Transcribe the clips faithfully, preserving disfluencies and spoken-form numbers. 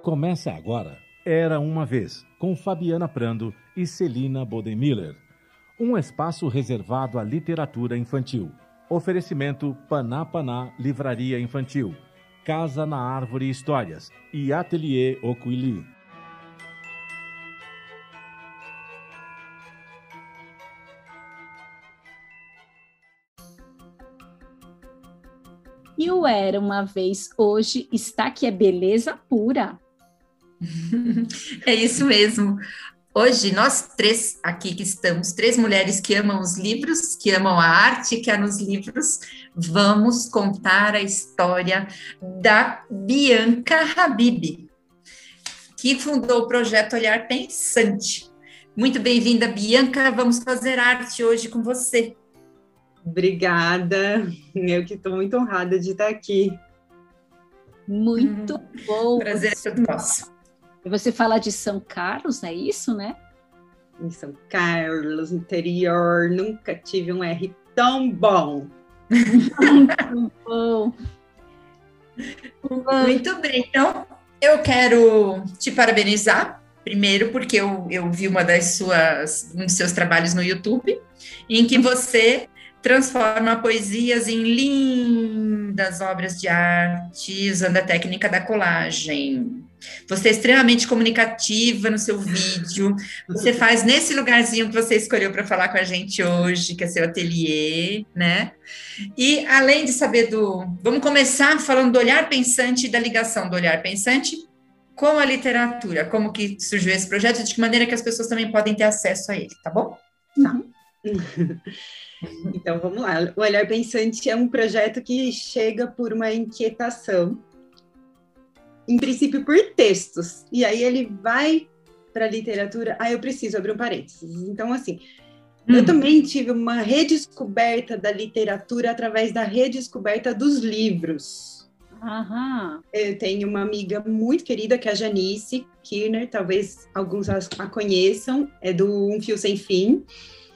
Começa agora Era Uma Vez, com Fabiana Prando e Celina Bodenmiller. Um espaço reservado à literatura infantil. Oferecimento Paná Paná Livraria Infantil, Casa na Árvore Histórias e Ateliê Oquili. E o Era Uma Vez hoje está que é beleza pura. É isso mesmo. Hoje, nós três aqui que estamos, três mulheres que amam os livros, que amam a arte, que amam os livros, vamos contar a história da Bianca Habib, que fundou o projeto Olhar Pensante. Muito bem-vinda, Bianca. Vamos fazer arte hoje com você. Obrigada. Eu que estou muito honrada de estar aqui. Muito hum, bom. Prazer é todo nosso. Você fala de São Carlos, é isso, né? Em São Carlos, interior, nunca tive um R tão bom. Muito bom. Muito bem, então eu quero te parabenizar, primeiro porque eu, eu vi uma das suas, um dos seus trabalhos no YouTube, em que você transforma poesias em lindas obras de arte usando a técnica da colagem. Você é extremamente comunicativa no seu vídeo, você faz nesse lugarzinho que você escolheu para falar com a gente hoje, que é seu ateliê, né? E além de saber do... Vamos começar falando do olhar pensante e da ligação do olhar pensante com a literatura, como que surgiu esse projeto e de que maneira que as pessoas também podem ter acesso a ele, tá bom? Tá. Então, vamos lá. O Olhar Pensante é um projeto que chega por uma inquietação, em princípio por textos, e aí ele vai para a literatura. Ah, eu preciso abrir um parênteses. Então, assim, hum. eu também tive uma redescoberta da literatura através da redescoberta dos livros. Aham. Eu tenho uma amiga muito querida, que é a Janice Kirner, talvez alguns a conheçam, é do Um Fio Sem Fim.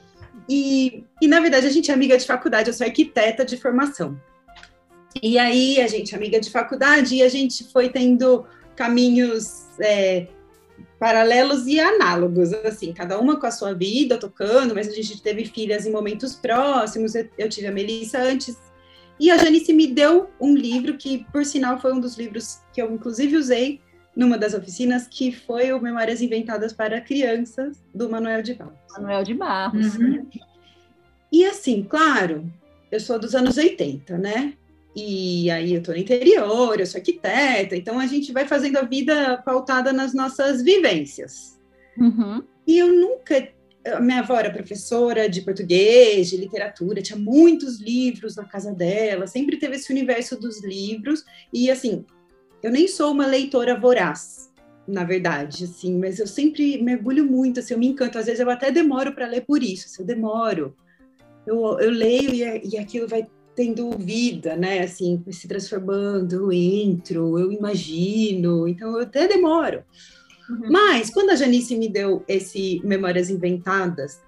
E, e, na verdade, a gente é amiga de faculdade, eu sou arquiteta de formação. E aí, a gente é amiga de faculdade e a gente foi tendo caminhos é, paralelos e análogos, assim, cada uma com a sua vida, tocando, mas a gente teve filhas em momentos próximos, eu, eu tive a Melissa antes. E a Janice me deu um livro que, por sinal, foi um dos livros que eu, inclusive, usei numa das oficinas, que foi o Memórias Inventadas para Crianças, do Manuel de Barros. Manuel de Barros. Uhum. E assim, claro, eu sou dos anos oitenta, né? E aí eu tô no interior, eu sou arquiteta, então a gente vai fazendo a vida pautada nas nossas vivências. Uhum. E eu nunca... A minha avó era professora de português, de literatura, tinha muitos livros na casa dela, sempre teve esse universo dos livros, e assim... Eu nem sou uma leitora voraz, na verdade, assim, mas eu sempre mergulho muito, assim, eu me encanto. Às vezes eu até demoro para ler por isso, assim, eu demoro. Eu, eu leio e, e aquilo vai tendo vida, né, assim, se transformando, eu entro, eu imagino, então eu até demoro. Uhum. Mas, quando a Janice me deu esse Memórias Inventadas,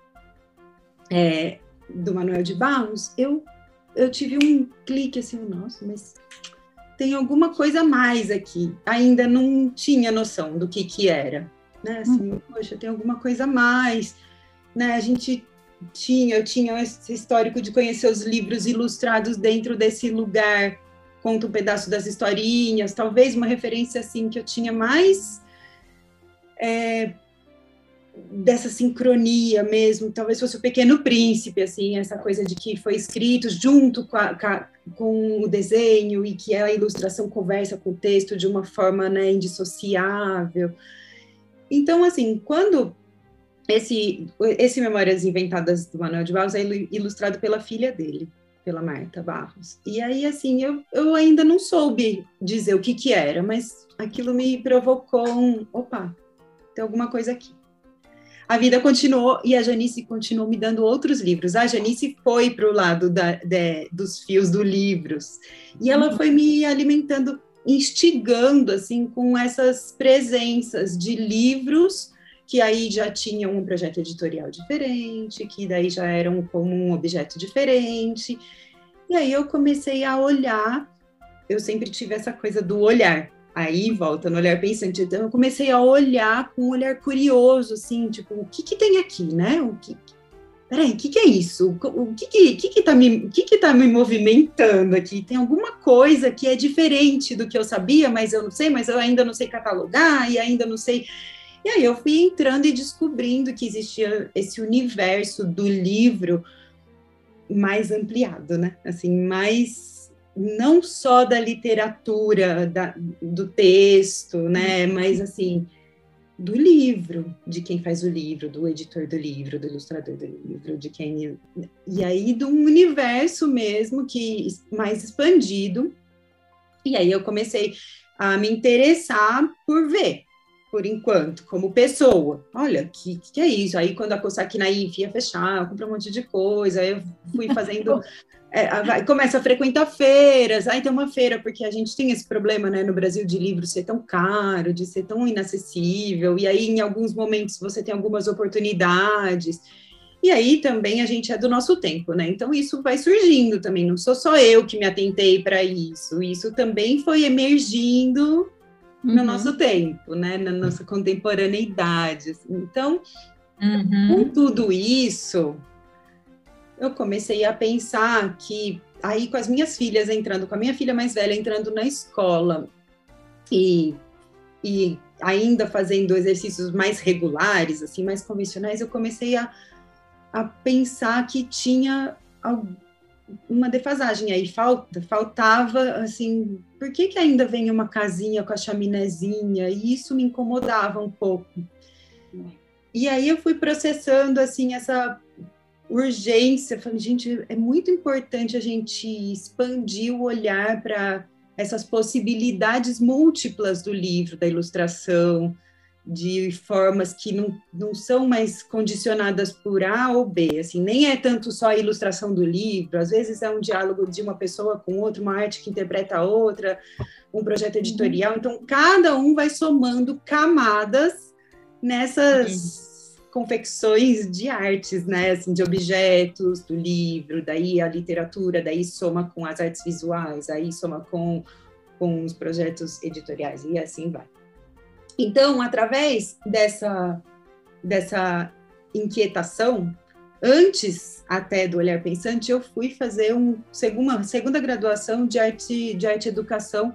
é, do Manuel de Barros, eu, eu tive um clique, assim, nossa, mas... tem alguma coisa a mais aqui. Ainda não tinha noção do que que era, né? Assim, uhum. Poxa, tem alguma coisa a mais, né? A gente tinha, eu tinha esse histórico de conhecer os livros ilustrados dentro desse lugar, conta um pedaço das historinhas, talvez uma referência, assim, que eu tinha mais é, dessa sincronia mesmo, talvez fosse o Pequeno Príncipe, assim, essa coisa de que foi escrito junto com, a, com o desenho e que a ilustração conversa com o texto de uma forma, né, indissociável. Então, assim, quando esse, esse Memórias Inventadas do Manuel de Barros é ilustrado pela filha dele, pela Marta Barros, e aí, assim, eu, eu ainda não soube dizer o que que era, mas aquilo me provocou um, opa, tem alguma coisa aqui. A vida continuou e a Janice continuou me dando outros livros. A Janice foi para o lado da, de, dos fios dos livros. E ela foi me alimentando, instigando, assim, com essas presenças de livros que aí já tinham um projeto editorial diferente, que daí já eram como um objeto diferente. E aí eu comecei a olhar, eu sempre tive essa coisa do olhar, Aí volta no olhar pensante. Então, eu comecei a olhar com um olhar curioso, assim, tipo, o que que tem aqui, né? O que, peraí, o que que é isso? O que que, que, que, tá me, que que tá me movimentando aqui? Tem alguma coisa que é diferente do que eu sabia, mas eu não sei, mas eu ainda não sei catalogar, e ainda não sei... E aí eu fui entrando e descobrindo que existia esse universo do livro mais ampliado, né? Assim, mais... não só da literatura, da, do texto, né, mas assim, do livro, de quem faz o livro, do editor do livro, do ilustrador do livro, de quem... E aí, de um universo mesmo que mais expandido, e aí eu comecei a me interessar por ver, por enquanto, como pessoa. Olha, que, que é isso? Aí, quando a Cosac Naif ia fechar, eu comprei um monte de coisa, aí eu fui fazendo... É, vai, começa a frequentar feiras, aí tem uma feira, porque a gente tem esse problema, né, no Brasil, de livro ser tão caro, de ser tão inacessível, e aí em alguns momentos você tem algumas oportunidades, e aí também a gente é do nosso tempo, né, então isso vai surgindo também, não sou só eu que me atentei para isso, isso também foi emergindo uhum. no nosso tempo, né, na nossa contemporaneidade, assim. Então, uhum. com tudo isso... eu comecei a pensar que, aí com as minhas filhas entrando, com a minha filha mais velha entrando na escola, e, e ainda fazendo exercícios mais regulares, assim, mais convencionais, eu comecei a, a pensar que tinha uma defasagem aí, falta, faltava, assim, por que que ainda vem uma casinha com a chaminézinha? E isso me incomodava um pouco. E aí eu fui processando, assim, essa... urgência, falei, gente, é muito importante a gente expandir o olhar para essas possibilidades múltiplas do livro, da ilustração, de formas que não, não são mais condicionadas por A ou B, assim, nem é tanto só a ilustração do livro, às vezes é um diálogo de uma pessoa com outra, uma arte que interpreta a outra, um projeto editorial, uhum. então cada um vai somando camadas nessas... Uhum. confecções de artes, né, assim, de objetos do livro, daí a literatura, daí soma com as artes visuais, aí soma com, com os projetos editoriais, e assim vai. Então, através dessa, dessa inquietação, antes até do Olhar Pensante, eu fui fazer um, uma segunda graduação de arte, de arte e educação,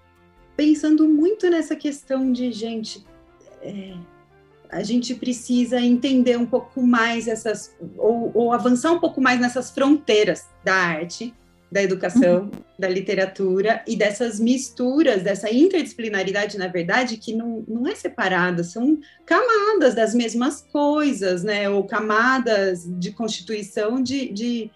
pensando muito nessa questão de, gente... É, a gente precisa entender um pouco mais essas, ou, ou avançar um pouco mais nessas fronteiras da arte, da educação, uhum. da literatura, e dessas misturas, dessa interdisciplinaridade, na verdade, que não, não é separada, são camadas das mesmas coisas, né, ou camadas de constituição de, de,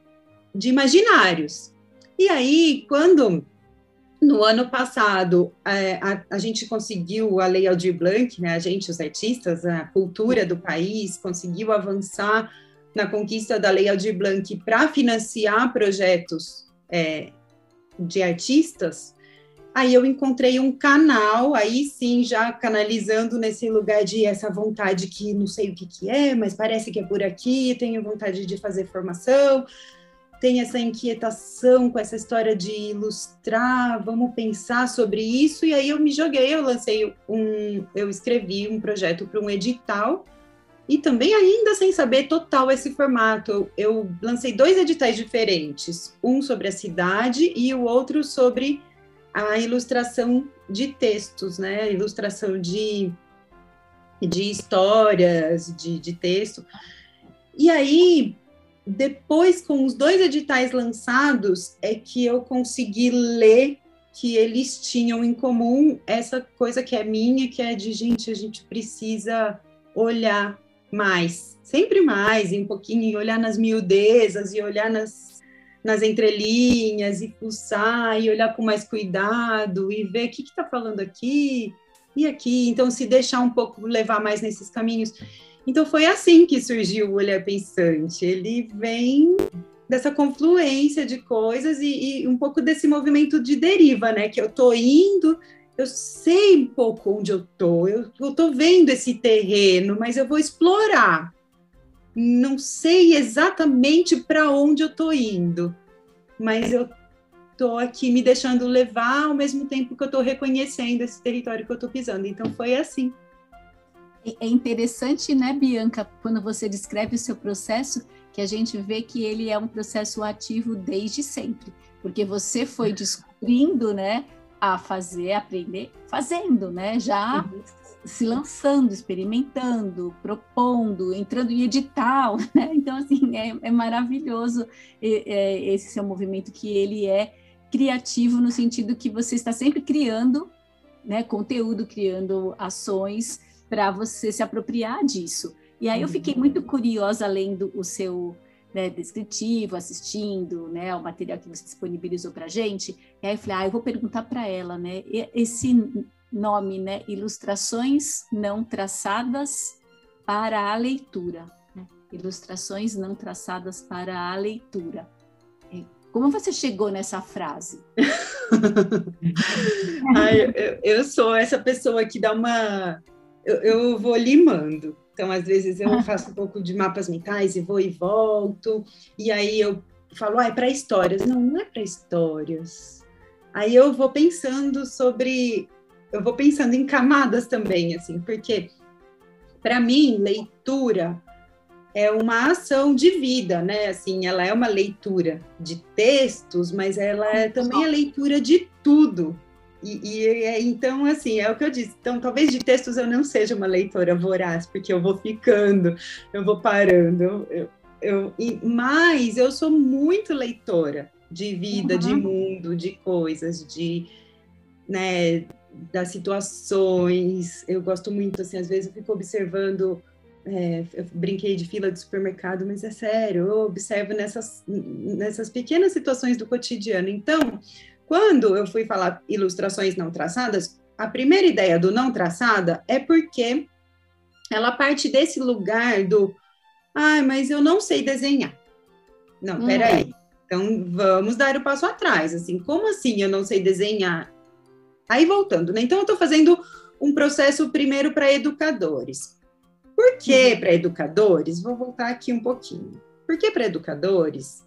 de imaginários. E aí, quando... no ano passado, a, a gente conseguiu a Lei Aldir Blanc, né, a gente, os artistas, a cultura do país, conseguiu avançar na conquista da Lei Aldir Blanc para financiar projetos é, de artistas. Aí eu encontrei um canal, aí sim, já canalizando nesse lugar de essa vontade que não sei o que, que é, mas parece que é por aqui, tenho vontade de fazer formação, tem essa inquietação com essa história de ilustrar, vamos pensar sobre isso, e aí eu me joguei, eu lancei um, eu escrevi um projeto para um edital, e também ainda sem saber total esse formato, eu lancei dois editais diferentes, um sobre a cidade e o outro sobre a ilustração de textos, né, ilustração de, de histórias, de, de texto, e aí... depois, com os dois editais lançados, é que eu consegui ler que eles tinham em comum essa coisa que é minha, que é de, gente, a gente precisa olhar mais, sempre mais, e um pouquinho, e olhar nas miudezas, e olhar nas, nas entrelinhas, e pulsar, e olhar com mais cuidado, e ver o que está falando aqui e aqui, então se deixar um pouco levar mais nesses caminhos. Então, foi assim que surgiu o Olhar Pensante. Ele vem dessa confluência de coisas e, e um pouco desse movimento de deriva, né? Que eu estou indo, eu sei um pouco onde eu estou, eu estou vendo esse terreno, mas eu vou explorar. Não sei exatamente para onde eu estou indo, mas eu tô aqui me deixando levar ao mesmo tempo que eu tô reconhecendo esse território que eu tô pisando. Então foi assim. É interessante, né, Bianca, quando você descreve o seu processo, que a gente vê que ele é um processo ativo desde sempre, porque você foi descobrindo, né, a fazer, aprender, fazendo, né, já uhum. se lançando, experimentando, propondo, entrando em edital, né, então, assim, é, é maravilhoso é, é, esse seu movimento, que ele é criativo no sentido que você está sempre criando, né, conteúdo, criando ações, para você se apropriar disso. E aí eu fiquei muito curiosa lendo o seu, né, descritivo, assistindo, né, o material que você disponibilizou para a gente, e aí eu falei, ah, eu vou perguntar para ela, né, esse nome, né, Ilustrações Não Traçadas para a Leitura, né? Ilustrações Não Traçadas para a Leitura. Como você chegou nessa frase? Ai, eu, eu sou essa pessoa que dá uma... Eu, eu vou limando. Então, às vezes, eu faço um pouco de mapas mentais e vou e volto. E aí eu falo, ah, é para histórias. Não, não é para histórias. Aí eu vou pensando sobre... Eu vou pensando em camadas também, assim, porque, para mim, leitura é uma ação de vida, né? Assim, ela é uma leitura de textos, mas ela é também a leitura de tudo. E, e então, assim, é o que eu disse. Então, talvez de textos eu não seja uma leitora voraz, porque eu vou ficando, eu vou parando. Eu, eu, e, mas eu sou muito leitora de vida, uhum. de mundo, de coisas, de, né, das situações. Eu gosto muito, assim, às vezes eu fico observando... É, eu brinquei de fila de supermercado, mas é sério, eu observo nessas, nessas pequenas situações do cotidiano. Então, quando eu fui falar ilustrações não traçadas, a primeira ideia do não traçada é porque ela parte desse lugar do, ah, mas eu não sei desenhar. Não, hum. peraí. Então, vamos dar o passo atrás. Assim, como assim eu não sei desenhar? Aí, voltando, né? Então, eu estou fazendo um processo primeiro para educadores. Por que para educadores? Vou voltar aqui um pouquinho. Por que para educadores?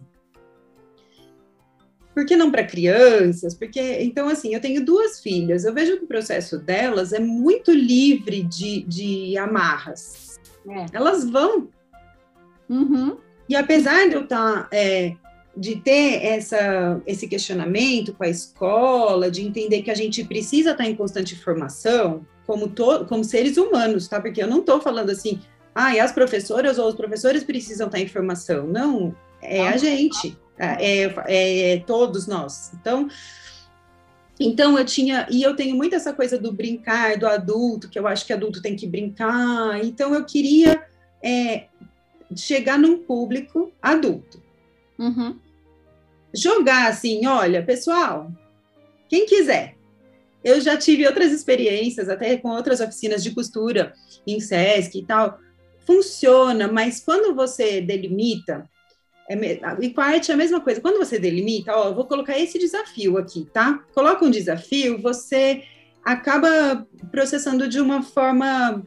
Por que não para crianças? Porque, então, assim, eu tenho duas filhas. Eu vejo que o processo delas é muito livre de, de amarras. É. Elas vão. Uhum. E apesar de eu estar... É, de ter essa, esse questionamento com a escola, de entender que a gente precisa estar em constante formação, como, to, como seres humanos, tá? Porque eu não estou falando assim, ah, e as professoras ou os professores precisam estar em formação. Não, é não, a gente, é, é, é todos nós. Então, então, eu tinha, e eu tenho muito essa coisa do brincar, do adulto, que eu acho que adulto tem que brincar. Então, eu queria é, chegar num público adulto. Uhum. Jogar assim, olha, pessoal, quem quiser. Eu já tive outras experiências, até com outras oficinas de costura em Sesc e tal. Funciona, mas quando você delimita, é, e com a arte é a mesma coisa. Quando você delimita, ó, eu vou colocar esse desafio aqui, tá? Coloca um desafio, você acaba processando de uma forma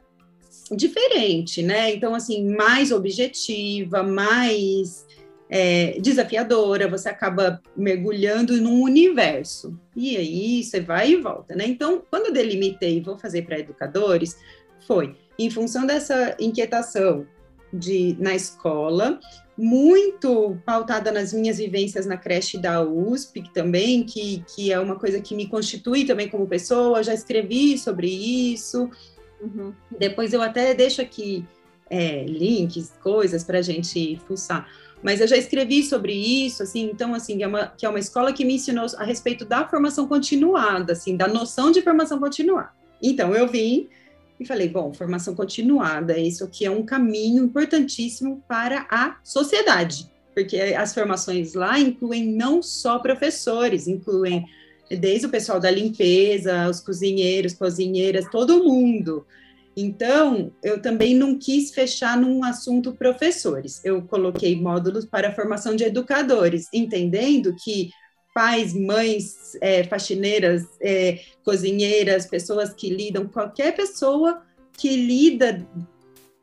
diferente, né? Então, assim, mais objetiva, mais... É, desafiadora, você acaba mergulhando num universo, e aí você vai e volta, né? Então, quando eu delimitei, vou fazer para educadores, foi em função dessa inquietação de, na escola, muito pautada nas minhas vivências na creche da U S P também, que, que é uma coisa que me constitui também como pessoa, já escrevi sobre isso, uhum. Depois eu até deixo aqui é, links, coisas para a gente fuçar. Mas eu já escrevi sobre isso, assim, então, assim, é uma, que é uma escola que me ensinou a respeito da formação continuada, assim, da noção de formação continuada. Então, eu vim e falei, bom, formação continuada, isso aqui é um caminho importantíssimo para a sociedade, porque as formações lá incluem não só professores, incluem desde o pessoal da limpeza, os cozinheiros, cozinheiras, todo mundo. Então, eu também não quis fechar num assunto professores. Eu coloquei módulos para a formação de educadores, entendendo que pais, mães, é, faxineiras, é, cozinheiras, pessoas que lidam, qualquer pessoa que lida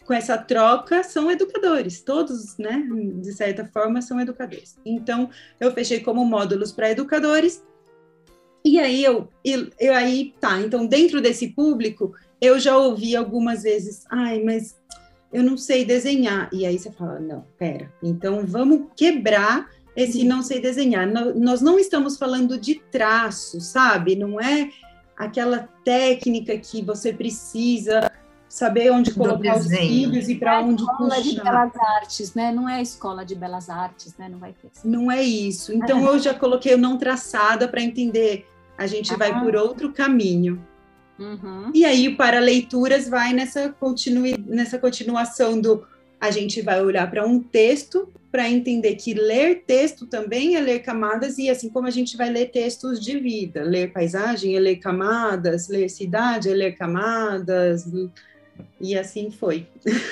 com essa troca, são educadores, todos, né, de certa forma, são educadores. Então, eu fechei como módulos para educadores, e aí eu, eu, eu, aí, tá, então, dentro desse público, eu já ouvi algumas vezes, ai, mas eu não sei desenhar, e aí você fala, não, pera, então vamos quebrar esse não sei desenhar, nós não estamos falando de traço, sabe, não é aquela técnica que você precisa saber onde colocar os cílios e para onde puxar. Escola de Belas Artes, né? Não é a escola de Belas Artes, né? Não vai ter. Não é isso. Então, eu já coloquei o não traçada para entender. A gente ah. vai por outro caminho. Uhum. E aí, para leituras, vai nessa, continu... nessa continuação do... A gente vai olhar para um texto para entender que ler texto também é ler camadas, e assim como a gente vai ler textos de vida. Ler paisagem é ler camadas, ler cidade é ler camadas... E assim foi.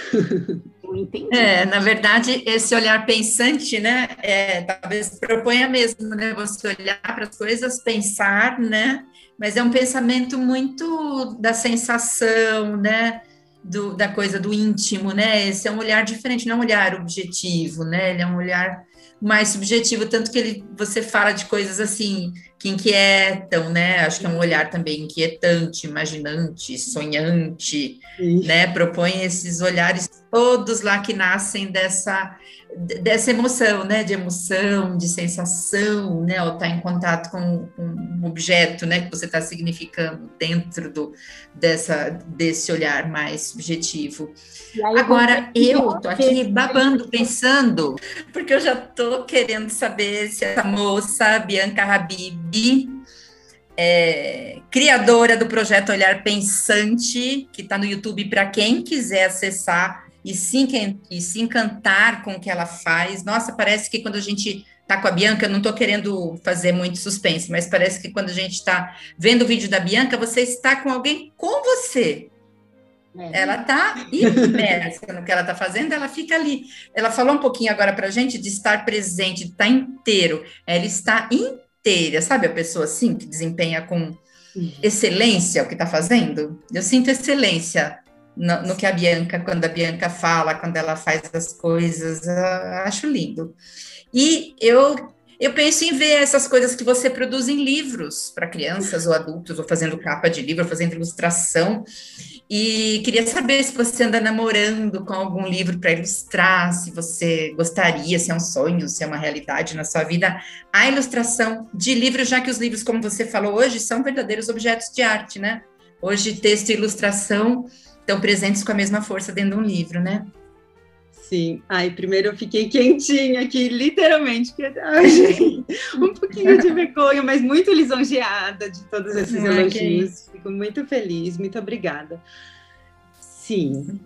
É, na verdade, esse olhar pensante, né, é, talvez proponha mesmo, né, você olhar para as coisas, pensar, né, mas é um pensamento muito da sensação, né, do, da coisa do íntimo, né, esse é um olhar diferente, não é um olhar objetivo, né, ele é um olhar mais subjetivo, tanto que ele, você fala de coisas assim, que inquietam, né, acho que é um olhar também inquietante, imaginante, sonhante, Sim. né, propõe esses olhares todos lá que nascem dessa, dessa emoção, né, de emoção, de sensação, né, ou estar em contato com, com um objeto, né, que você está significando dentro do, dessa, desse olhar mais subjetivo. Agora, eu estou aqui babando, pensando, porque eu já estou querendo saber se essa moça, Bianca Habib, é, criadora do projeto Olhar Pensante, que está no YouTube para quem quiser acessar e se, e se encantar com o que ela faz. Nossa, parece que quando a gente está com a Bianca, eu não estou querendo fazer muito suspense, mas parece que quando a gente está vendo o vídeo da Bianca, você está com alguém com você. É. Ela está imersa no que ela está fazendo, ela fica ali. Ela falou um pouquinho agora para a gente de estar presente, de estar inteiro. Ela está inteira, sabe a pessoa assim, que desempenha com excelência o que está fazendo? Eu sinto excelência no, no que a Bianca, quando a Bianca fala, quando ela faz as coisas, eu acho lindo. E eu... Eu penso em ver essas coisas que você produz em livros para crianças ou adultos, ou fazendo capa de livro, ou fazendo ilustração. E queria saber se você anda namorando com algum livro para ilustrar, se você gostaria, se é um sonho, se é uma realidade na sua vida, a ilustração de livros, já que os livros, como você falou hoje, são verdadeiros objetos de arte, né? Hoje, texto e ilustração estão presentes com a mesma força dentro de um livro, né? Sim. Ai, primeiro eu fiquei quentinha aqui, literalmente. Ai, gente, um pouquinho de vergonha, mas muito lisonjeada de todos esses Não, elogios. Fico muito feliz, muito obrigada. Sim.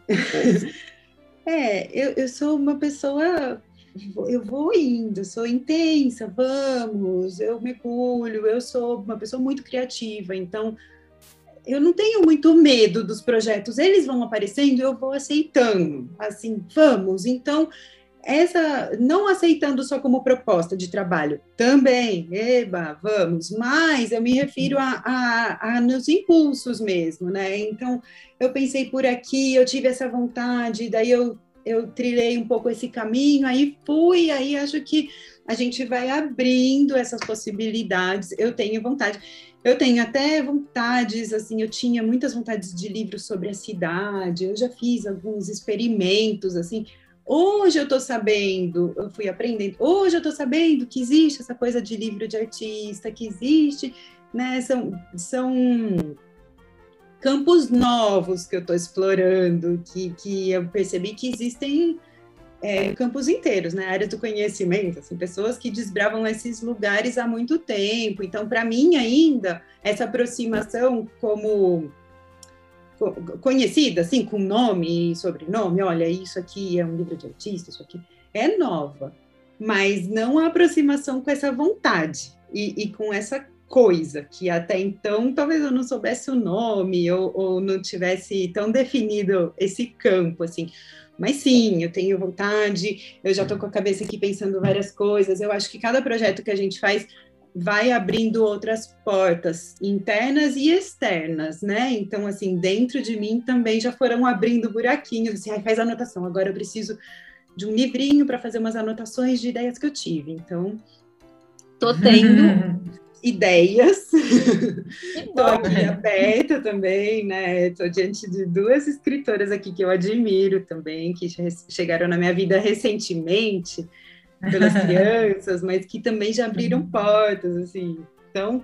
É, eu, eu sou uma pessoa... Eu vou indo, sou intensa, vamos, eu mergulho, eu sou uma pessoa muito criativa, então... Eu não tenho muito medo dos projetos, eles vão aparecendo e eu vou aceitando, assim, vamos. Então, essa, não aceitando só como proposta de trabalho, também, eba, vamos, mas eu me refiro a, a, a nos impulsos mesmo, né? Então, eu pensei por aqui, eu tive essa vontade, daí eu, eu trilhei um pouco esse caminho, aí fui, aí acho que a gente vai abrindo essas possibilidades, eu tenho vontade. Eu tenho até vontades, assim, eu tinha muitas vontades de livros sobre a cidade, eu já fiz alguns experimentos, assim. Hoje eu estou sabendo, eu fui aprendendo, hoje eu estou sabendo que existe essa coisa de livro de artista, que existe, né, são, são campos novos que eu estou explorando, que, que eu percebi que existem É, campos inteiros, né, áreas do conhecimento, assim, pessoas que desbravam esses lugares há muito tempo. Então, para mim ainda, essa aproximação como conhecida, assim, com nome e sobrenome, olha, isso aqui é um livro de artista, isso aqui é nova, mas não a aproximação com essa vontade e, e com essa coisa, que até então talvez eu não soubesse o nome ou, ou não tivesse tão definido esse campo, assim. Mas sim, eu tenho vontade, eu já estou com a cabeça aqui pensando várias coisas, eu acho que cada projeto que a gente faz vai abrindo outras portas internas e externas, né? Então, assim, dentro de mim também já foram abrindo buraquinhos, assim, ai, faz anotação, agora eu preciso de um livrinho para fazer umas anotações de ideias que eu tive. Então, tô tendo ideias, tô aqui aberta também, né? Tô diante de duas escritoras aqui que eu admiro também, que chegaram na minha vida recentemente, pelas crianças, mas que também já abriram portas, assim. Então,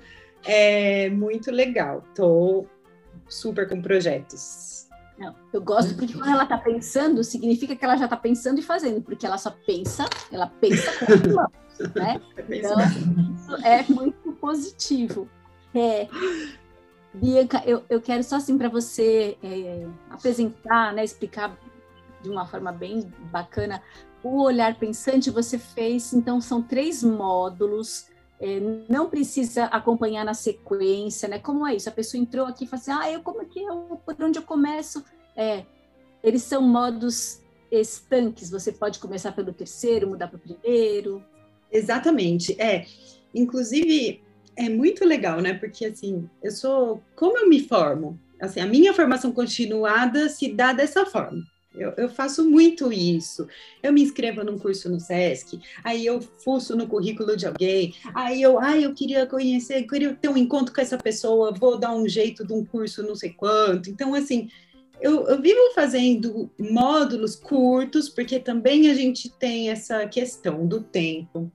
é muito legal. Tô super com projetos. Não, eu gosto porque quando ela está pensando, significa que ela já está pensando e fazendo, porque ela só pensa, ela pensa com as mãos, né? Então, isso é muito positivo. É, Bianca, eu, eu quero só assim para você é, apresentar, né, explicar de uma forma bem bacana o Olhar Pensante. Você fez, então, são três módulos, é, não precisa acompanhar na sequência, né? Como é isso? A pessoa entrou aqui e falou assim, ah, eu como é que eu, por onde eu começo? É, eles são modos estanques, você pode começar pelo terceiro, mudar para o primeiro. Exatamente, é. Inclusive, é muito legal, né? Porque, assim, eu sou... Como eu me formo? Assim, a minha formação continuada se dá dessa forma. Eu, eu faço muito isso. Eu me inscrevo num curso no Sesc, aí eu fuço no currículo de alguém, aí eu, ai, eu queria conhecer, eu queria ter um encontro com essa pessoa, vou dar um jeito de um curso não sei quanto. Então, assim, eu, eu vivo fazendo módulos curtos, porque também a gente tem essa questão do tempo,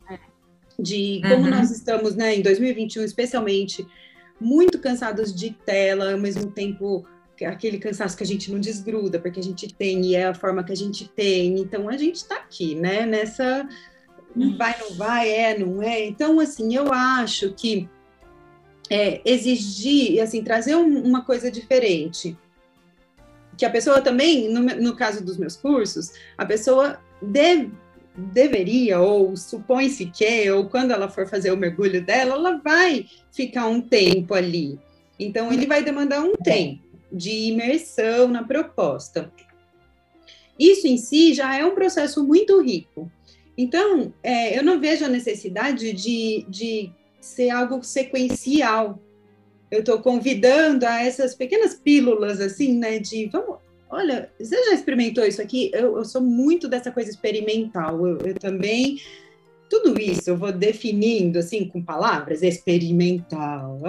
de como uhum. nós estamos, né, em dois mil e vinte e um, especialmente, muito cansados de tela, ao mesmo tempo... aquele cansaço que a gente não desgruda, porque a gente tem, e é a forma que a gente tem, então a gente está aqui, né, nessa, vai, não vai, é, não é, então, assim, eu acho que é, exigir, assim, trazer um, uma coisa diferente, que a pessoa também, no, no caso dos meus cursos, a pessoa deve, deveria, ou supõe-se que, ou quando ela for fazer o mergulho dela, ela vai ficar um tempo ali, então ele vai demandar um tempo de imersão na proposta. Isso em si já é um processo muito rico. Então, é, eu não vejo a necessidade de, de ser algo sequencial. Eu estou convidando a essas pequenas pílulas, assim, né, de, vamos, olha, você já experimentou isso aqui? Eu, eu sou muito dessa coisa experimental. Eu, eu também, tudo isso eu vou definindo, assim, com palavras, experimental,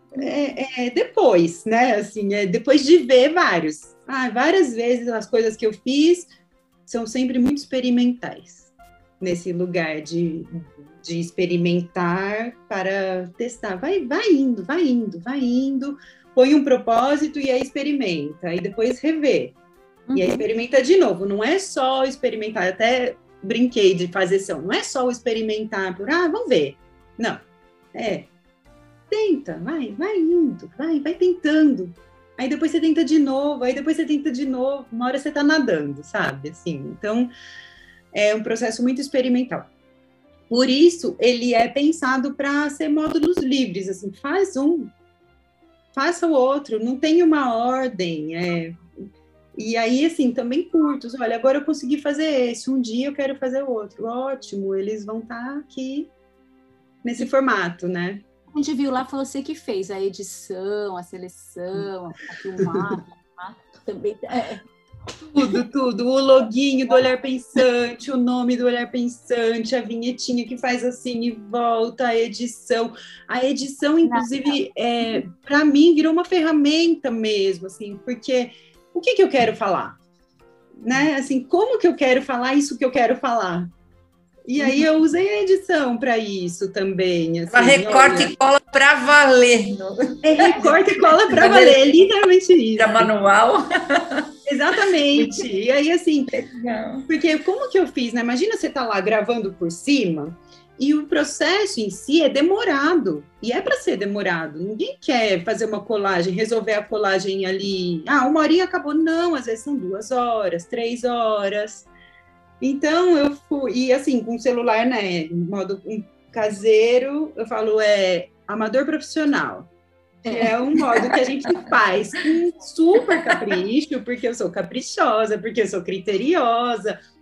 É, é depois, né, assim, é depois de ver vários, ah, várias vezes as coisas que eu fiz são sempre muito experimentais, nesse lugar de, de experimentar para testar, vai, vai indo, vai indo, vai indo, põe um propósito e aí experimenta, e depois revê, uhum. e aí experimenta de novo, não é só experimentar, até brinquei de fazer ação, não é só o experimentar por, ah, vamos ver, não, é, tenta, vai, vai indo, vai, vai tentando. Aí depois você tenta de novo, aí depois você tenta de novo, uma hora você tá nadando, sabe? Assim, então, é um processo muito experimental. Por isso, ele é pensado para ser módulos livres, assim, faz um, faça o outro, não tem uma ordem, é... E aí, assim, também curtos, olha, agora eu consegui fazer esse, um dia eu quero fazer o outro, ótimo, eles vão estar aqui nesse formato, né? A gente viu lá, foi você que fez a edição, a seleção, a filmagem, tá? Também é. Tudo, tudo, o loguinho do Olhar Pensante, o nome do Olhar Pensante, a vinhetinha que faz assim e volta, a edição. A edição, inclusive, é, para mim, virou uma ferramenta mesmo, assim, porque o que, que eu quero falar? Né? Assim, como que eu quero falar isso que eu quero falar? E aí eu usei a edição para isso também. Assim, Ela recorta olha. E cola para valer. É recorta e cola para valer, é literalmente isso. É manual. Exatamente. E aí, assim, legal. Porque como que eu fiz, né? Imagina você tá lá gravando por cima e o processo em si é demorado. E é para ser demorado. Ninguém quer fazer uma colagem, resolver a colagem ali. Ah, uma horinha acabou. Não, às vezes são duas horas, três horas. Então, eu fui, e assim, com o celular, né, modo um caseiro, eu falo, é amador profissional, que é, é um modo que a gente faz com super capricho, porque eu sou caprichosa, porque eu sou criteriosa,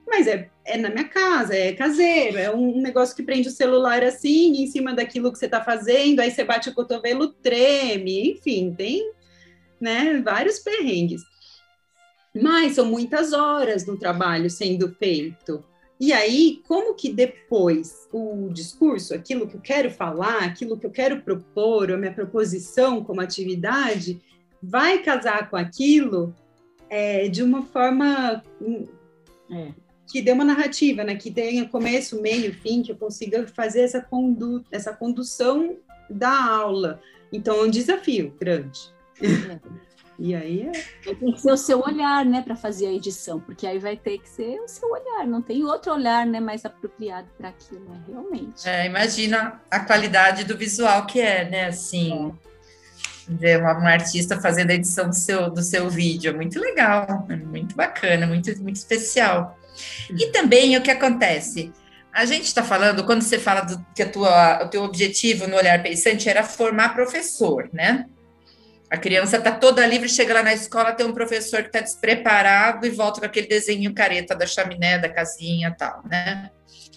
mas é, é na minha casa, é caseiro, é um negócio que prende o celular assim, em cima daquilo que você está fazendo, aí você bate o cotovelo, treme, enfim, tem, né, vários perrengues. Mas são muitas horas no trabalho sendo feito. E aí, como que depois o discurso, aquilo que eu quero falar, aquilo que eu quero propor, a minha proposição como atividade, vai casar com aquilo é, de uma forma é, que dê uma narrativa, né? Que tenha começo, meio, fim, que eu consiga fazer essa, condu essa condução da aula. Então, é um desafio grande. É. E aí é... Tem que ser o seu olhar, né, para fazer a edição, porque aí vai ter que ser o seu olhar, não tem outro olhar, né, mais apropriado para aquilo, né, realmente. É, imagina a qualidade do visual que é, né, assim, ver uma, uma artista fazendo a edição do seu, do seu vídeo, é muito legal, é muito bacana, muito, muito especial. E também o que acontece, a gente está falando, quando você fala do, que a tua, o teu objetivo no Olhar Pensante era formar professor, né? A criança está toda livre, chega lá na escola, tem um professor que está despreparado e volta com aquele desenho careta da chaminé, da casinha e tal, né?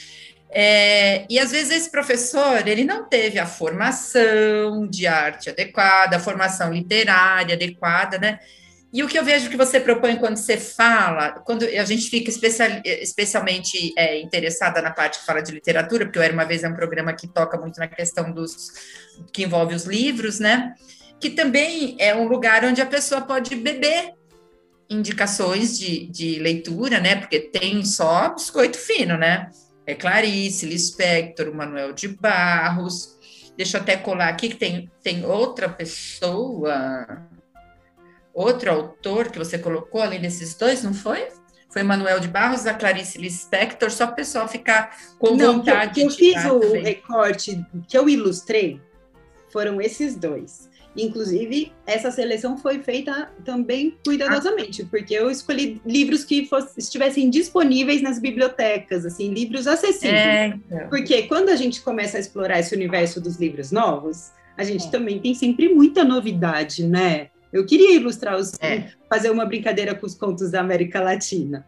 É, e às vezes esse professor, ele não teve a formação de arte adequada, a formação literária adequada, né? E o que eu vejo que você propõe quando você fala, quando a gente fica especial, especialmente é, interessada na parte que fala de literatura, porque o Era Uma Vez é um programa que toca muito na questão dos, que envolve os livros, né? Que também é um lugar onde a pessoa pode beber indicações de, de leitura, né? Porque tem só biscoito fino, né? É Clarice Lispector, o Manuel de Barros. Deixa eu até colar aqui que tem, tem outra pessoa, outro autor que você colocou além desses dois, não foi? Foi Manuel de Barros, a Clarice Lispector, só para o pessoal ficar com não, vontade que eu, que eu fiz o também. recorte que eu ilustrei, foram esses dois. Inclusive, essa seleção foi feita também cuidadosamente, porque eu escolhi livros que fosse, estivessem disponíveis nas bibliotecas, assim, livros acessíveis. É, então. Porque quando a gente começa a explorar esse universo dos livros novos, a gente é. também tem sempre muita novidade, né? Eu queria ilustrar os... É. fazer uma brincadeira com os contos da América Latina.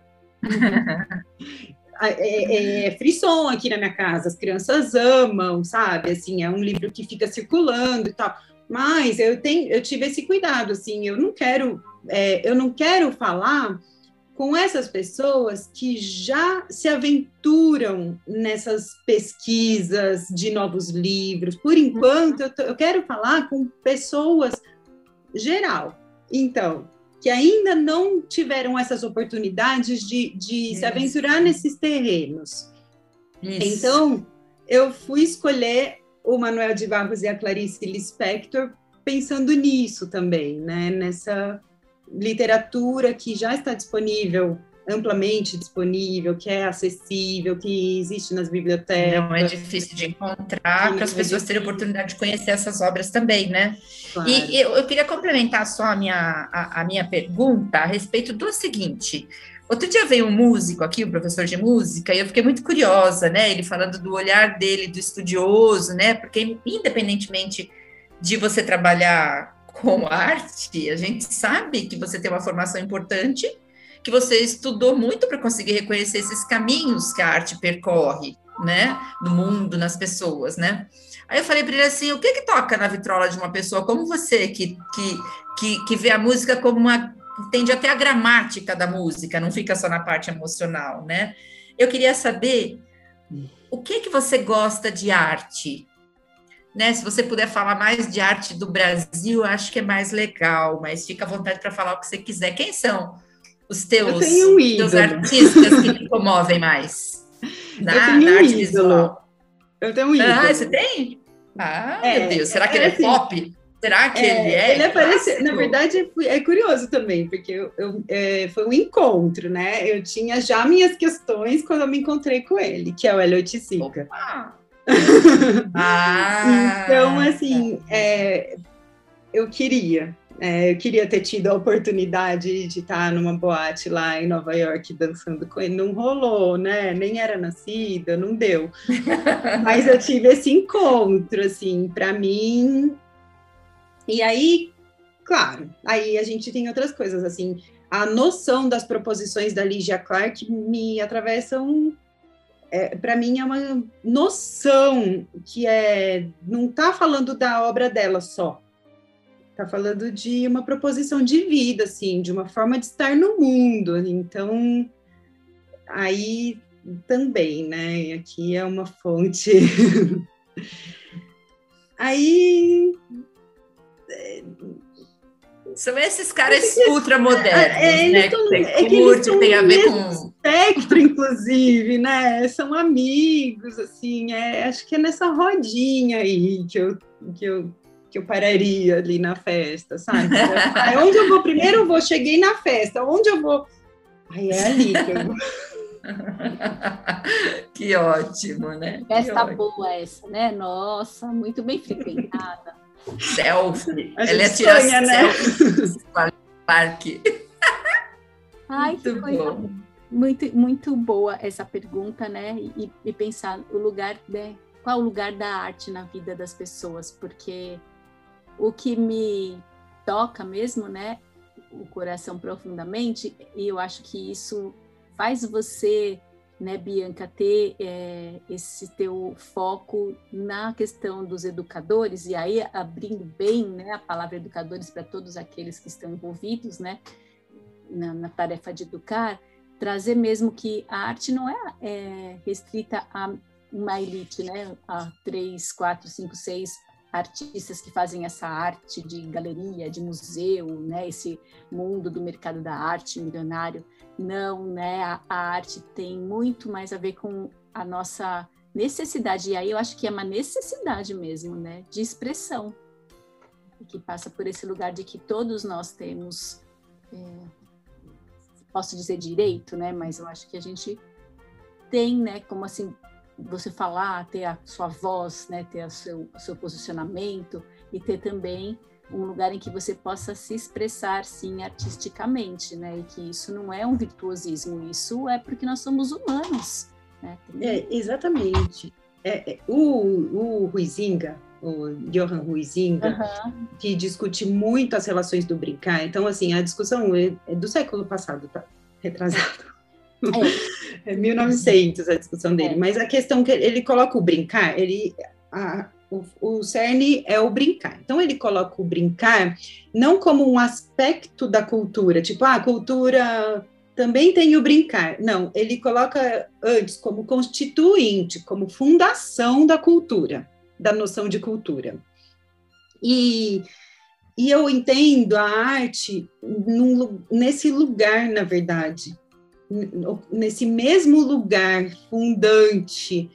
É, é frisson aqui na minha casa, as crianças amam, sabe? Assim, é um livro que fica circulando e tal. Mas eu, tenho, eu tive esse cuidado, assim, eu não quero, é, eu não quero falar com essas pessoas que já se aventuram nessas pesquisas de novos livros. Por enquanto, eu, tô, eu quero falar com pessoas geral. Então, que ainda não tiveram essas oportunidades de, de se aventurar nesses terrenos. Isso. Então, eu fui escolher o Manuel de Barros e a Clarice Lispector pensando nisso também, né? Nessa literatura que já está disponível, amplamente disponível, que é acessível, que existe nas bibliotecas. Não é difícil de encontrar, para as pessoas terem a oportunidade de conhecer essas obras também, né? Claro. E eu, eu queria complementar só a minha, a, a minha pergunta a respeito do seguinte. Outro dia veio um músico aqui, um professor de música, e eu fiquei muito curiosa, né? Ele falando do olhar dele, do estudioso, né? Porque independentemente de você trabalhar com arte, a gente sabe que você tem uma formação importante, que você estudou muito para conseguir reconhecer esses caminhos que a arte percorre, né? No mundo, nas pessoas, né? Aí eu falei para ele assim, o que que toca na vitrola de uma pessoa como você, que, que, que, que vê a música como uma... entende até a gramática da música, não fica só na parte emocional, né? Eu queria saber o que que você gosta de arte, né? Se você puder falar mais de arte do Brasil, acho que é mais legal, mas fica à vontade para falar o que você quiser. Quem são os teus, um teus artistas que te comovem mais? Na, eu tenho na um arte ídolo. visual. Eu tenho um ídolo. Ah, você tem? Ah, é, meu Deus, será que é, ele é assim, pop? Será que é, ele é? Ele apareceu, na verdade, é curioso também, porque eu, eu, é, foi um encontro, né? Eu tinha já minhas questões quando eu me encontrei com ele, que é o Elliot Sica. Ah, então, assim, é, eu queria, é, eu queria ter tido a oportunidade de estar numa boate lá em Nova York dançando com ele. Não rolou, né? Nem era nascida, não deu. Mas eu tive esse encontro, assim, para mim. E aí, claro, aí a gente tem outras coisas, assim, a noção das proposições da Lygia Clark me atravessam, é, para mim é uma noção que é, não está falando da obra dela só, está falando de uma proposição de vida, assim, de uma forma de estar no mundo, então, aí também, né, aqui é uma fonte... aí... São esses caras ultramodernos, é, né? Tão, que é tem curte, tem a ver com... espectro, inclusive, né? São amigos, assim, é, acho que é nessa rodinha aí que eu, que eu, que eu pararia ali na festa, sabe? Aí, onde eu vou primeiro? Eu vou, cheguei na festa, onde eu vou? Aí é ali que eu vou. Que ótimo, né? Festa que boa essa, né? Nossa, muito bem frequentada. Selfie. A Ela é gente tirar sonha, né? selfie no parque. Ai, Muito que coisa bom. muito, muito boa essa pergunta, né? E, e pensar o lugar, né? Qual o lugar da arte na vida das pessoas? Porque o que me toca mesmo, né? O coração profundamente, e eu acho que isso faz você, né, Bianca, ter é, esse teu foco na questão dos educadores, e aí abrindo bem, né, a palavra educadores para todos aqueles que estão envolvidos, né, na, na tarefa de educar, trazer mesmo que a arte não é, é restrita a uma elite, né, a três, quatro, cinco, seis artistas que fazem essa arte de galeria, de museu, né, esse mundo do mercado da arte milionário. Não, né, a, a arte tem muito mais a ver com a nossa necessidade, e aí eu acho que é uma necessidade mesmo, né, de expressão, que passa por esse lugar de que todos nós temos, é, posso dizer direito, né, mas eu acho que a gente tem, né, como assim, você falar, ter a sua voz, né, ter o seu, o seu posicionamento e ter também um lugar em que você possa se expressar, sim, artisticamente, né, e que isso não é um virtuosismo, isso é porque nós somos humanos, né. Tem... É, exatamente. É, é, o, o Huizinga, o Johan Huizinga, uhum. que discute muito as relações do brincar, então, assim, a discussão é, é do século passado, tá? Retrasado. É. É mil e novecentos a discussão dele, é. Mas a questão que ele coloca o brincar, ele, a, o, o cerne é o brincar. Então ele coloca o brincar não como um aspecto da cultura, tipo, ah, a cultura também tem o brincar. Não, ele coloca antes como constituinte, como fundação da cultura, da noção de cultura. E, e eu entendo a arte num, nesse lugar, na verdade, nesse mesmo lugar fundante,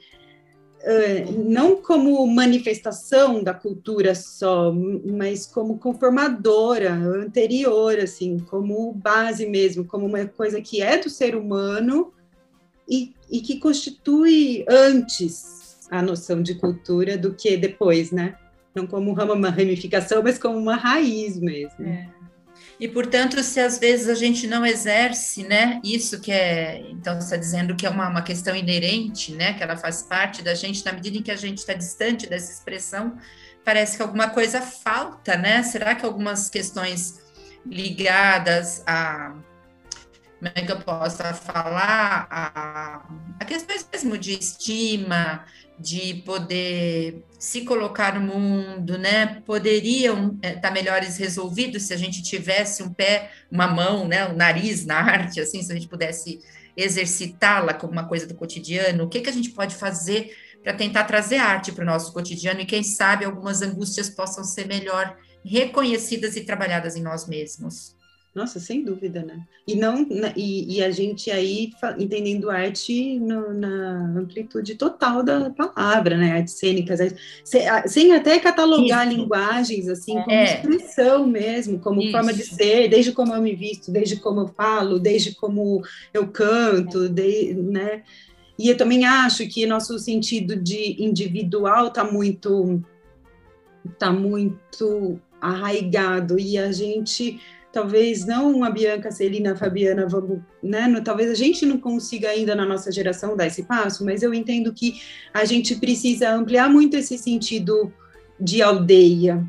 não como manifestação da cultura só, mas como conformadora, anterior, assim, como base mesmo, como uma coisa que é do ser humano e, e que constitui antes a noção de cultura do que depois, né? Não como uma ramificação, mas como uma raiz mesmo. É. E, portanto, se às vezes a gente não exerce, né, isso que é, então você está dizendo que é uma, uma questão inerente, né, que ela faz parte da gente, na medida em que a gente está distante dessa expressão, parece que alguma coisa falta, né? Será que algumas questões ligadas a, como é que eu posso falar, a, a questões mesmo de estima, de poder se colocar no mundo, né, poderiam estar é, melhores resolvidos se a gente tivesse um pé, uma mão, né, um nariz na arte, assim, se a gente pudesse exercitá-la como uma coisa do cotidiano. O que, que a gente pode fazer para tentar trazer arte para o nosso cotidiano e, quem sabe, algumas angústias possam ser melhor reconhecidas e trabalhadas em nós mesmos? Nossa, sem dúvida, né? E, não, e, e a gente aí entendendo arte no, na amplitude total da palavra, né? Artes cênicas, sem até catalogar Isso. linguagens, assim, como é. expressão mesmo, como Isso. forma de ser, desde como eu me visto, desde como eu falo, desde como eu canto, é. de, né? E eu também acho que nosso sentido de individual está muito, tá muito arraigado, e a gente... Talvez não a Bianca, a Celina, a Fabiana, vamos, né? No, talvez a gente não consiga ainda na nossa geração dar esse passo, mas eu entendo que a gente precisa ampliar muito esse sentido de aldeia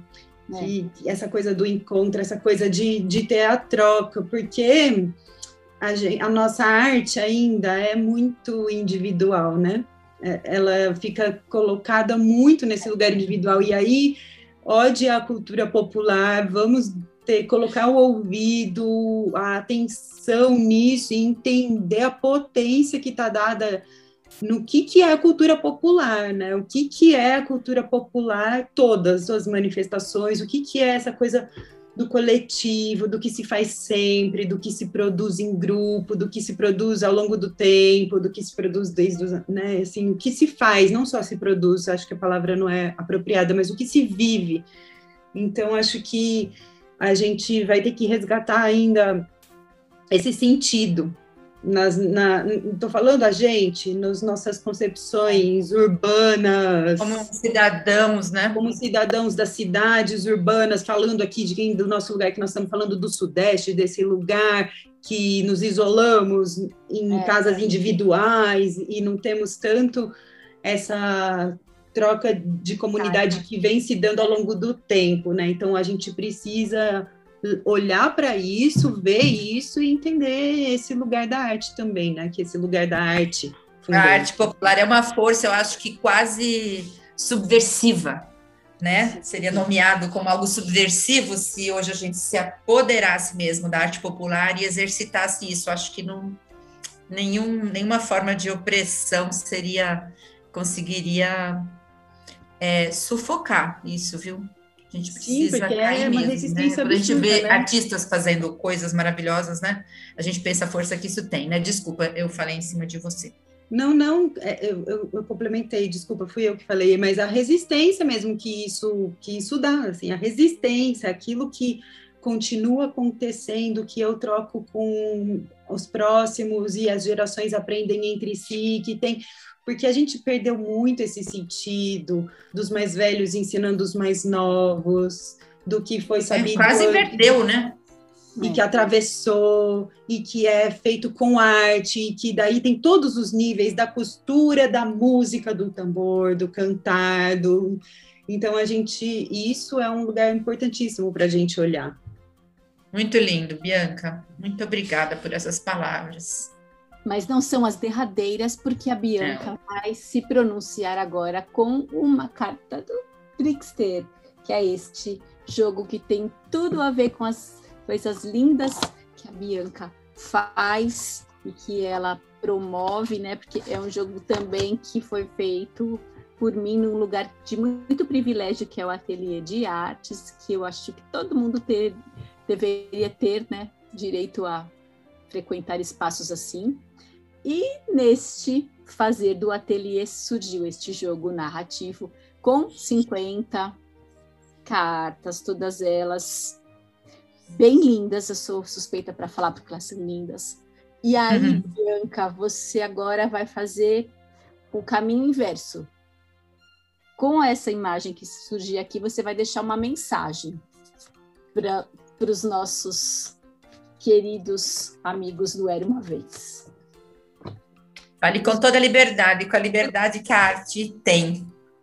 É. Que, que essa coisa do encontro, essa coisa de, de ter a troca, porque a, gente, a nossa arte ainda é muito individual, né? É, ela fica colocada muito nesse lugar individual, e aí, ode à cultura popular, vamos ter, colocar o ouvido, a atenção nisso, e entender a potência que está dada no que, que é a cultura popular, né? O que, que é a cultura popular, todas as manifestações, o que, que é essa coisa do coletivo, do que se faz sempre, do que se produz em grupo, do que se produz ao longo do tempo, do que se produz desde os, né, assim, o que se faz, não só se produz, acho que a palavra não é apropriada, mas o que se vive. Então, acho que a gente vai ter que resgatar ainda esse sentido. Estou falando a gente, nas nossas concepções urbanas. Como cidadãos, né? Como cidadãos das cidades urbanas, falando aqui de quem, do nosso lugar, que nós estamos falando do Sudeste, desse lugar que nos isolamos em é, casas individuais e não temos tanto essa troca de comunidade que vem se dando ao longo do tempo, né? Então, a gente precisa olhar para isso, ver isso e entender esse lugar da arte também, né? Que esse lugar da arte... A arte popular é uma força, eu acho que quase subversiva, né? Seria nomeado como algo subversivo se hoje a gente se apoderasse mesmo da arte popular e exercitasse isso. Acho que não, nenhum, nenhuma forma de opressão seria, conseguiria é, sufocar isso, viu? A gente precisa Sim, porque cair é uma mesmo, resistência né? Quando a gente absurda, vê né? artistas fazendo coisas maravilhosas, né? A gente pensa a força que isso tem, né? Desculpa, eu falei em cima de você. Não, não, eu, eu, eu complementei, desculpa, fui eu que falei, mas a resistência mesmo que isso, que isso dá, assim, a resistência, aquilo que continua acontecendo, que eu troco com os próximos e as gerações aprendem entre si, que tem... Porque a gente perdeu muito esse sentido dos mais velhos ensinando os mais novos, do que foi sabido... É, quase inverteu, né? E que atravessou, e que é feito com arte, e que daí tem todos os níveis da costura, da música, do tambor, do cantar, do... Então, a gente... Isso é um lugar importantíssimo para a gente olhar. Muito lindo, Bianca. Muito obrigada por essas palavras. Mas não são as derradeiras, porque a Bianca é. vai se pronunciar agora com uma carta do Trickster, que é este jogo que tem tudo a ver com as coisas lindas que a Bianca faz e que ela promove, né? Porque é um jogo também que foi feito por mim num lugar de muito privilégio, que é o Ateliê de Artes, que eu acho que todo mundo ter, deveria ter, né? Direito a frequentar espaços assim. E neste fazer do ateliê surgiu este jogo narrativo com cinquenta cartas, todas elas bem lindas, eu sou suspeita para falar porque elas são lindas. E aí, uhum. Bianca, você agora vai fazer o caminho inverso. Com essa imagem que surgir aqui, você vai deixar uma mensagem para os nossos queridos amigos do Era Uma Vez. Fale com toda a liberdade, com a liberdade que a arte tem.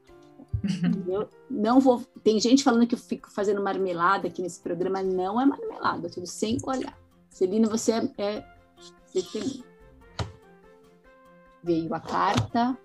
Eu não vou... Tem gente falando que eu fico fazendo marmelada aqui nesse programa. Não é marmelada, tudo sem olhar. Celina, você é, é testemunha. Veio a carta.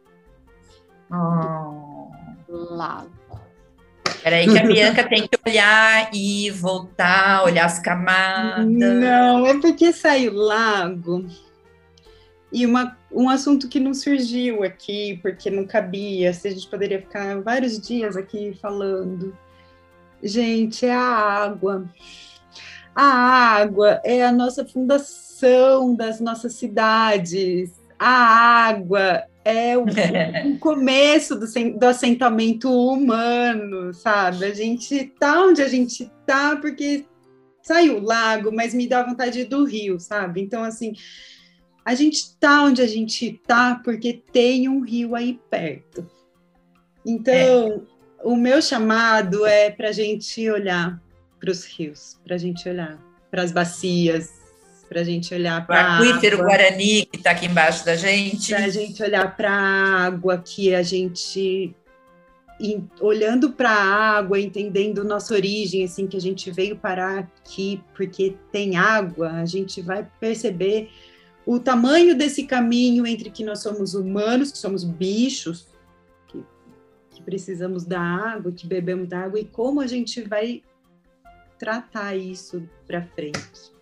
Oh. Lago. Peraí que a Bianca tem que olhar e voltar, olhar as camadas. Não, é porque saiu lago. E uma, um assunto que não surgiu aqui, porque não cabia, se a gente poderia ficar vários dias aqui falando. Gente, é a água. A água é a nossa fundação das nossas cidades. A água é o, o começo do, do assentamento humano, sabe? A gente tá onde a gente tá porque saiu o lago, mas me dá vontade de ir do rio, sabe? Então, assim... A gente está onde a gente está porque tem um rio aí perto. Então, é. o meu chamado é para a gente olhar para os rios, para a gente olhar para as bacias, para a gente olhar para o aquífero Guarani que está aqui embaixo da gente. Para a gente olhar para a água que a gente em, olhando para a água, entendendo nossa origem, assim, que a gente veio parar aqui porque tem água, a gente vai perceber o tamanho desse caminho entre que nós somos humanos, que somos bichos, que, que precisamos da água, que bebemos da água, e como a gente vai tratar isso para frente.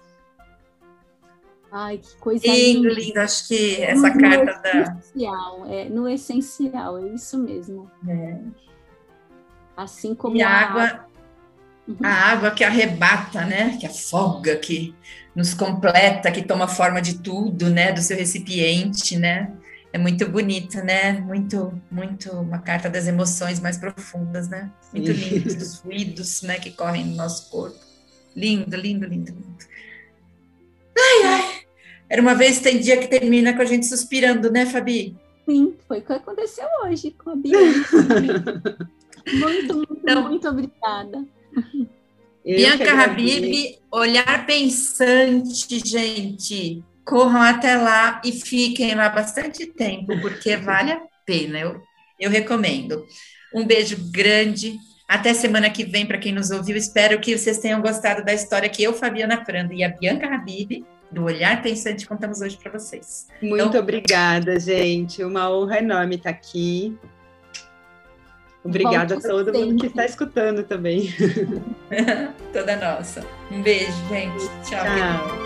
Ai, que coisa lindo, linda. lindo. Acho que essa no carta essencial, da... É, no essencial, é isso mesmo. É. Assim como e a a água, uhum. a água que arrebata, né? Que afoga, que nos completa, que toma forma de tudo, né? Do seu recipiente, né? É muito bonito, né? Muito, muito uma carta das emoções mais profundas, né? Muito lindo, dos fluidos, né? Que correm no nosso corpo. Lindo, lindo, lindo, lindo. Ai, ai. Era uma vez, tem dia que termina com a gente suspirando, né, Fabi? Sim, foi o que aconteceu hoje com a Bianca. Muito, muito, então, muito obrigada. Bianca Habib, olhar pensante, gente. Corram até lá e fiquem lá bastante tempo, porque vale a pena, eu, eu recomendo. Um beijo grande, até semana que vem para quem nos ouviu. Espero que vocês tenham gostado da história que eu, Fabiana Prando, e a Bianca Habib, do Olhar Pensante, contamos hoje para vocês. Muito então, obrigada, gente. Uma honra enorme estar aqui. Obrigada a todo sempre. mundo que está escutando também. Toda nossa. Um beijo, gente. Tchau. Tchau.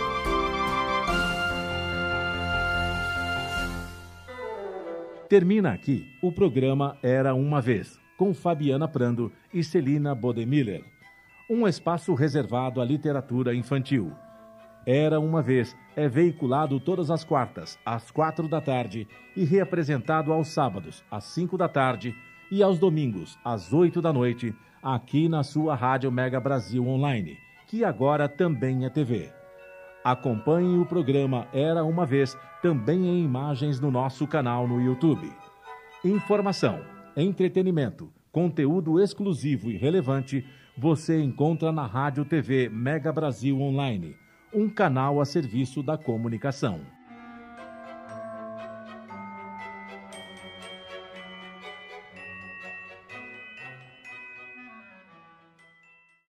Termina aqui o programa Era Uma Vez, com Fabiana Prando e Celina Bodemiller. Um espaço reservado à literatura infantil. Era Uma Vez é veiculado todas as quartas, às quatro da tarde, e reapresentado aos sábados, às cinco da tarde, e aos domingos, às oito da noite, aqui na sua Rádio Mega Brasil Online, que agora também é T V. Acompanhe o programa Era Uma Vez também em imagens no nosso canal no YouTube. Informação, entretenimento, conteúdo exclusivo e relevante você encontra na Rádio T V Mega Brasil Online, um canal a serviço da comunicação.